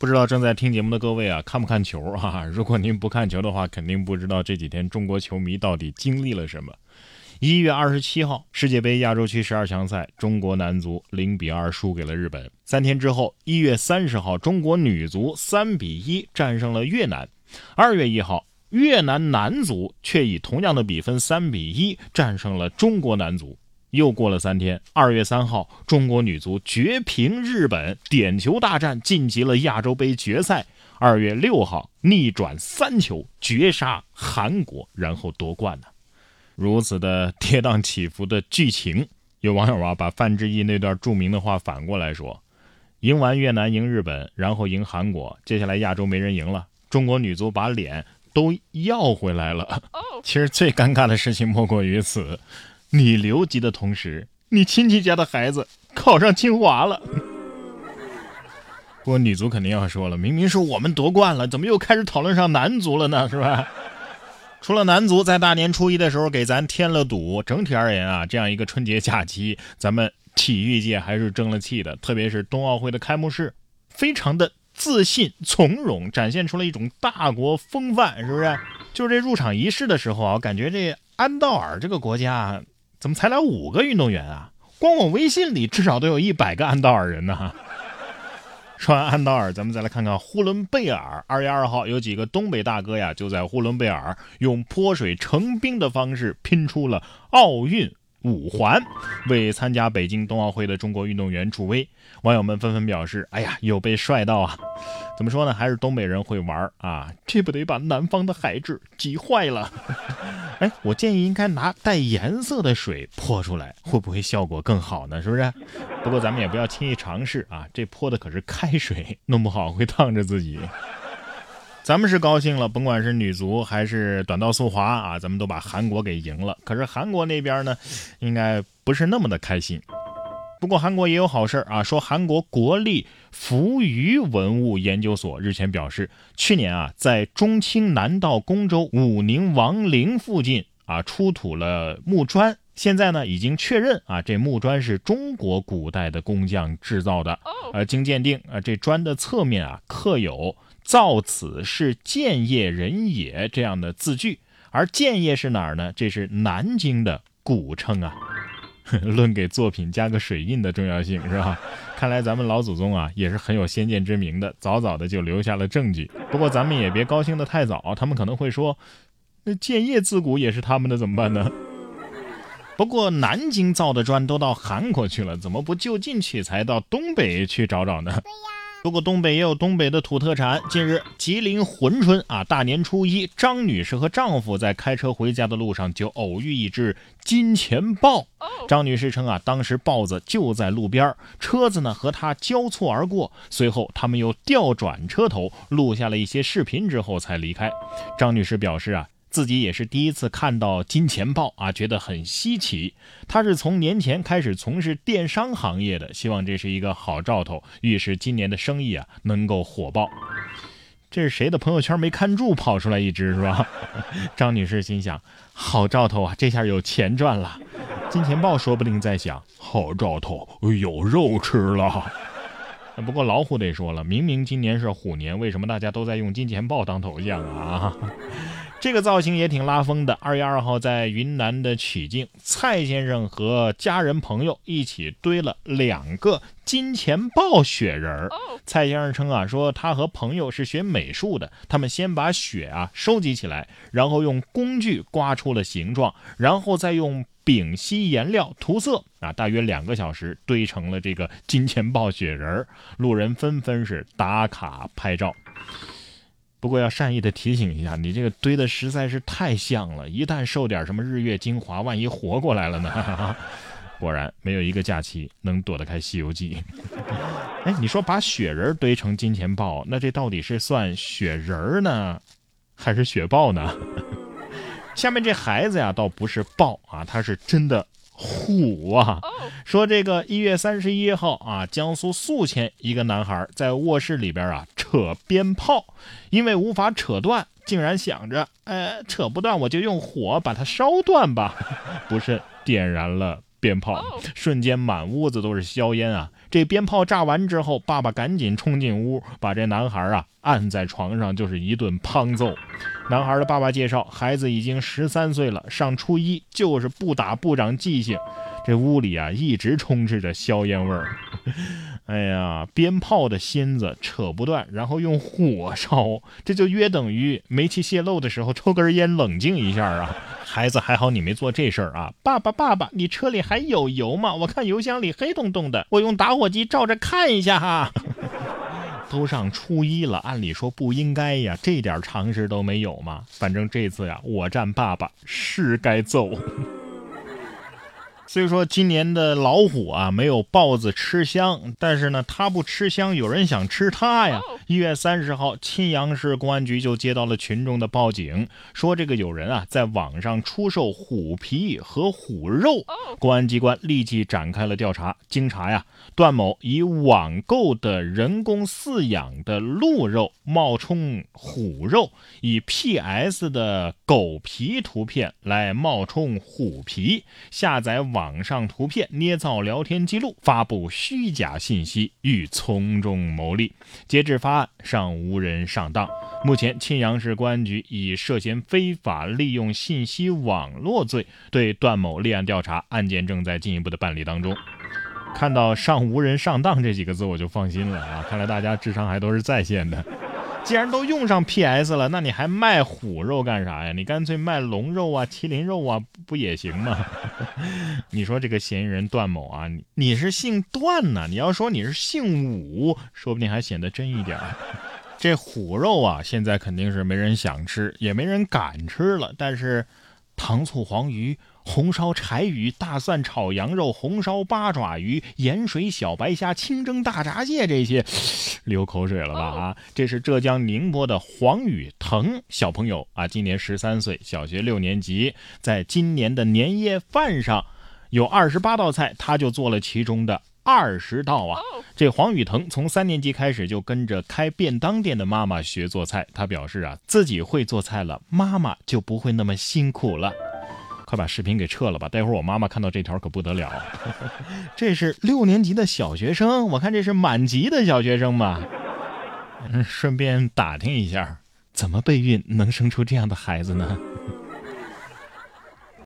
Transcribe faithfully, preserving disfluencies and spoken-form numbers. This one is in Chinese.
不知道正在听节目的各位啊，看不看球啊？如果您不看球的话，肯定不知道这几天中国球迷到底经历了什么。一月二十七号，世界杯亚洲区十二强赛，中国男足零比二输给了日本。三天之后，一月三十号，中国女足三比一战胜了越南。二月一号，越南男足却以同样的比分三比一战胜了中国男足。又过了三天，二月三号，中国女足绝平日本，点球大战晋级了亚洲杯决赛。二月六号，逆转三球绝杀韩国，然后夺冠呢。如此的跌宕起伏的剧情，有网友啊把范志毅那段著名的话反过来说：赢完越南，赢日本，然后赢韩国，接下来亚洲没人赢了，中国女足把脸都要回来了。其实最尴尬的事情莫过于此，你留级的同时，你亲戚家的孩子考上清华了。不过女足肯定要说了，明明是我们夺冠了，怎么又开始讨论上男足了呢？是吧？除了男足在大年初一的时候给咱添了堵，整体而言啊，这样一个春节假期，咱们体育界还是争了气的。特别是冬奥会的开幕式，非常的自信从容，展现出了一种大国风范，是不是？就是这入场仪式的时候啊，我感觉这安道尔这个国家怎么才来五个运动员啊？光我微信里至少都有一百个安道尔人呢。说完安道尔，咱们再来看看呼伦贝尔。二月二号，有几个东北大哥呀，就在呼伦贝尔用泼水成冰的方式拼出了奥运五环，为参加北京冬奥会的中国运动员助威。网友们纷纷表示：“哎呀，有被帅到啊！”怎么说呢？还是东北人会玩啊！这不得把南方的孩子急坏了。哎，我建议应该拿带颜色的水泼出来，会不会效果更好呢？是不是？不过咱们也不要轻易尝试啊，这泼的可是开水，弄不好会烫着自己。咱们是高兴了，甭管是女足还是短道速滑啊，咱们都把韩国给赢了。可是韩国那边呢，应该不是那么的开心。不过韩国也有好事啊，说韩国国立扶余文物研究所日前表示，去年啊，在中清南道公州武宁王陵附近啊出土了木砖，现在呢已经确认啊，这木砖是中国古代的工匠制造的。呃，经鉴定啊，这砖的侧面啊刻有造此是建业人也这样的字句，而建业是哪儿呢？这是南京的古称啊。论给作品加个水印的重要性，是吧？看来咱们老祖宗啊也是很有先见之明的，早早的就留下了证据。不过咱们也别高兴的太早，他们可能会说，那建业自古也是他们的，怎么办呢？不过南京造的砖都到韩国去了，怎么不就近取材到东北去找找呢？对呀。不过东北也有东北的土特产。近日吉林珲春啊，大年初一，张女士和丈夫在开车回家的路上就偶遇一只金钱豹。张女士称啊，当时豹子就在路边，车子呢和她交错而过，随后他们又调转车头，录下了一些视频之后才离开。张女士表示啊，自己也是第一次看到金钱豹啊，觉得很稀奇。她是从年前开始从事电商行业的，希望这是一个好兆头，预示今年的生意啊能够火爆。这是谁的朋友圈没看住跑出来一只是吧？张女士心想，好兆头啊，这下有钱赚了。金钱豹说不定在想，好兆头，有肉吃了。不过老虎得说了，明明今年是虎年，为什么大家都在用金钱豹当头像啊？这个造型也挺拉风的。二月二号，在云南的曲靖，蔡先生和家人朋友一起堆了两个金钱豹雪人。蔡先生称啊，说他和朋友是学美术的，他们先把雪啊收集起来，然后用工具刮出了形状，然后再用丙烯颜料涂色啊，大约两个小时堆成了这个金钱豹雪人。路人纷纷是打卡拍照。不过要善意的提醒一下，你这个堆的实在是太像了，一旦受点什么日月精华，万一活过来了呢？果然没有一个假期能躲得开西游记。哎，你说把雪人堆成金钱豹，那这到底是算雪人呢还是雪豹呢？下面这孩子呀倒不是豹啊，他是真的虎啊。说这个一月三十一号啊，江苏宿迁一个男孩在卧室里边啊扯鞭炮，因为无法扯断，竟然想着呃扯不断我就用火把它烧断吧，不慎点燃了鞭炮，瞬间满屋子都是硝烟啊！这鞭炮炸完之后，爸爸赶紧冲进屋，把这男孩啊按在床上就是一顿胖揍。男孩的爸爸介绍，孩子已经十三岁了，上初一，就是不打不长记性。这屋里啊一直充斥着硝烟味儿。哎呀，鞭炮的芯子扯不断，然后用火烧，这就约等于煤气泄漏的时候抽根烟冷静一下啊。孩子还好你没做这事儿啊。爸爸爸爸，你车里还有油吗？我看油箱里黑洞洞的，我用打火机照着看一下哈。都上初一了，按理说不应该呀，这点常识都没有吗？反正这次呀，我站爸爸是该揍。虽说今年的老虎啊没有豹子吃香，但是呢它不吃香，有人想吃它呀。一月三十号，沁阳市公安局就接到了群众的报警，说这个有人啊在网上出售虎皮和虎肉。公安机关立即展开了调查，经查呀，段某以网购的人工饲养的鹿肉冒充虎肉，以 P S 的狗皮图片来冒充虎皮，下载网上图片，捏造聊天记录，发布虚假信息，欲从中牟利。截至发案，尚无人上当。目前沁阳市公安局以涉嫌非法利用信息网络罪对段某立案调查，案件正在进一步的办理当中。看到尚无人上当这几个字我就放心了啊，看来大家智商还都是在线的。既然都用上 P S 了，那你还卖虎肉干啥呀？你干脆卖龙肉啊、麒麟肉啊，不也行吗？你说这个嫌疑人段某啊，你你是姓段呢、啊，你要说你是姓武，说不定还显得真一点。这虎肉啊，现在肯定是没人想吃，也没人敢吃了。但是糖醋黄鱼、红烧柴鱼、大蒜炒羊肉、红烧八爪鱼、盐水小白虾、清蒸大闸蟹，这些流口水了吧啊！这是浙江宁波的黄宇腾小朋友啊，今年十三岁，小学六年级，在今年的年夜饭上有二十八道菜，他就做了其中的二十道啊！这黄宇腾从三年级开始就跟着开便当店的妈妈学做菜，他表示啊，自己会做菜了，妈妈就不会那么辛苦了。快把视频给撤了吧，待会儿我妈妈看到这条可不得了。这是六年级的小学生，我看这是满级的小学生嘛。嗯，顺便打听一下，怎么备孕能生出这样的孩子呢？